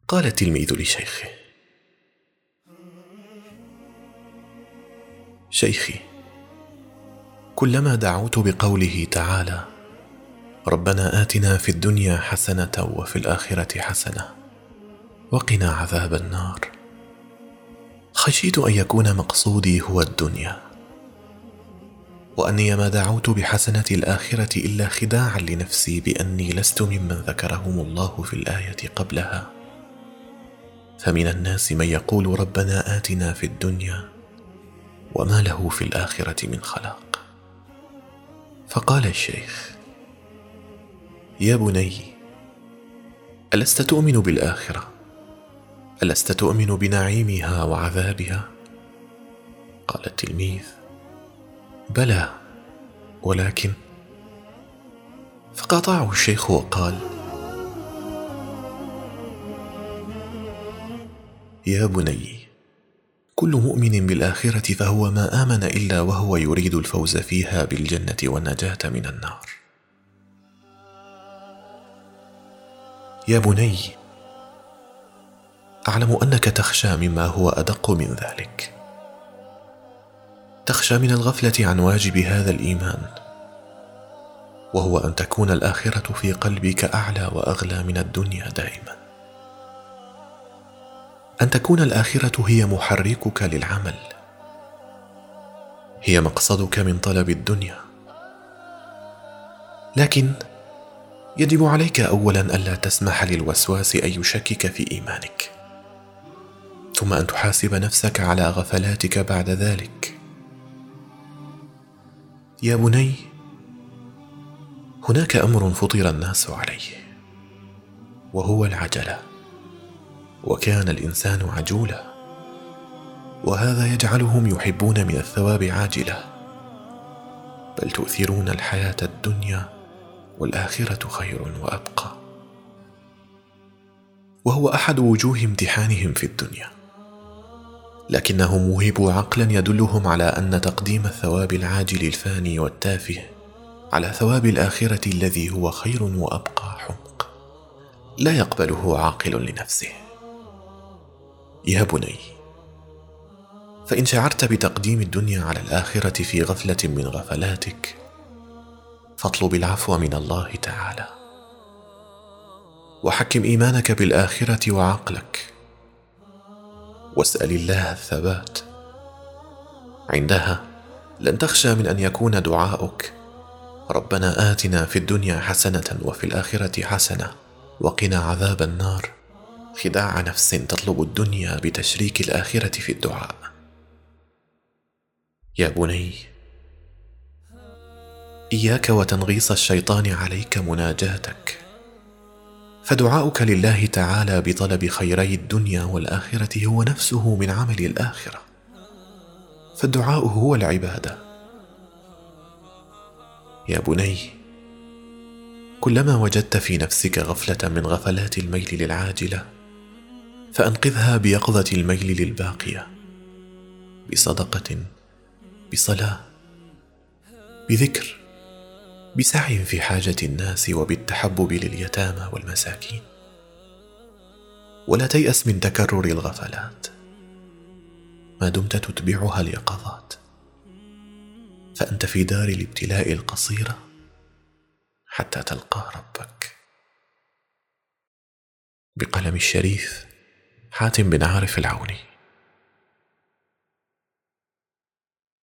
قال التلميذ لشيخه: شيخي، كلما دعوت بقوله تعالى: ربنا آتنا في الدنيا حسنة وفي الآخرة حسنة وقنا عذاب النار، خشيت أن يكون مقصودي هو الدنيا، وأني ما دعوت بحسنة الآخرة إلا خداعا لنفسي بأني لست ممن ذكرهم الله في الآية قبلها، فمن الناس من يقول ربنا آتنا في الدنيا وما له في الآخرة من خلاق. فقال الشيخ: يا بني، ألست تؤمن بالآخرة؟ ألست تؤمن بنعيمها وعذابها؟ قال التلميذ: بلى، ولكن. فقاطعه الشيخ وقال: يا بني، كل مؤمن بالآخرة فهو ما آمن إلا وهو يريد الفوز فيها بالجنة والنجاة من النار. يا بني، أعلم أنك تخشى مما هو أدق من ذلك، تخشى من الغفلة عن واجب هذا الإيمان، وهو أن تكون الآخرة في قلبك أعلى وأغلى من الدنيا دائما، أن تكون الآخرة هي محركك للعمل، هي مقصدك من طلب الدنيا. لكن يجب عليك أولا ألا تسمح للوسواس أن يشكك في إيمانك، ثم أن تحاسب نفسك على غفلاتك بعد ذلك. يا بني، هناك أمر فطر الناس عليه، وهو العجلة، وكان الإنسان عجولا، وهذا يجعلهم يحبون من الثواب عاجلة، بل تؤثرون الحياة الدنيا والآخرة خير وأبقى. وهو أحد وجوه امتحانهم في الدنيا، لكنهم وهبوا عقلا يدلهم على أن تقديم الثواب العاجل الفاني والتافه على ثواب الآخرة الذي هو خير وأبقى حمق لا يقبله عاقل لنفسه. يا بني، فإن شعرت بتقديم الدنيا على الآخرة في غفلة من غفلاتك، فاطلب العفو من الله تعالى، وحكم إيمانك بالآخرة وعقلك، واسأل الله الثبات. عندها لن تخشى من أن يكون دعاؤك ربنا آتنا في الدنيا حسنة وفي الآخرة حسنة وقنا عذاب النار خداع نفس تطلب الدنيا بتشريك الآخرة في الدعاء. يا بني، إياك وتنغيص الشيطان عليك مناجاتك، فدعاؤك لله تعالى بطلب خيري الدنيا والآخرة هو نفسه من عمل الآخرة، فالدعاء هو العبادة. يا بني، كلما وجدت في نفسك غفلة من غفلات الميل للعاجلة، فأنقذها بيقظة الميل للباقية، بصدقة، بصلاة، بذكر، بسعي في حاجة الناس، وبالتحبب لليتامى والمساكين. ولا تيأس من تكرر الغفلات ما دمت تتبعها اليقظات، فأنت في دار الابتلاء القصيرة حتى تلقى ربك. بقلم الشريف حاتم بن عارف العوني.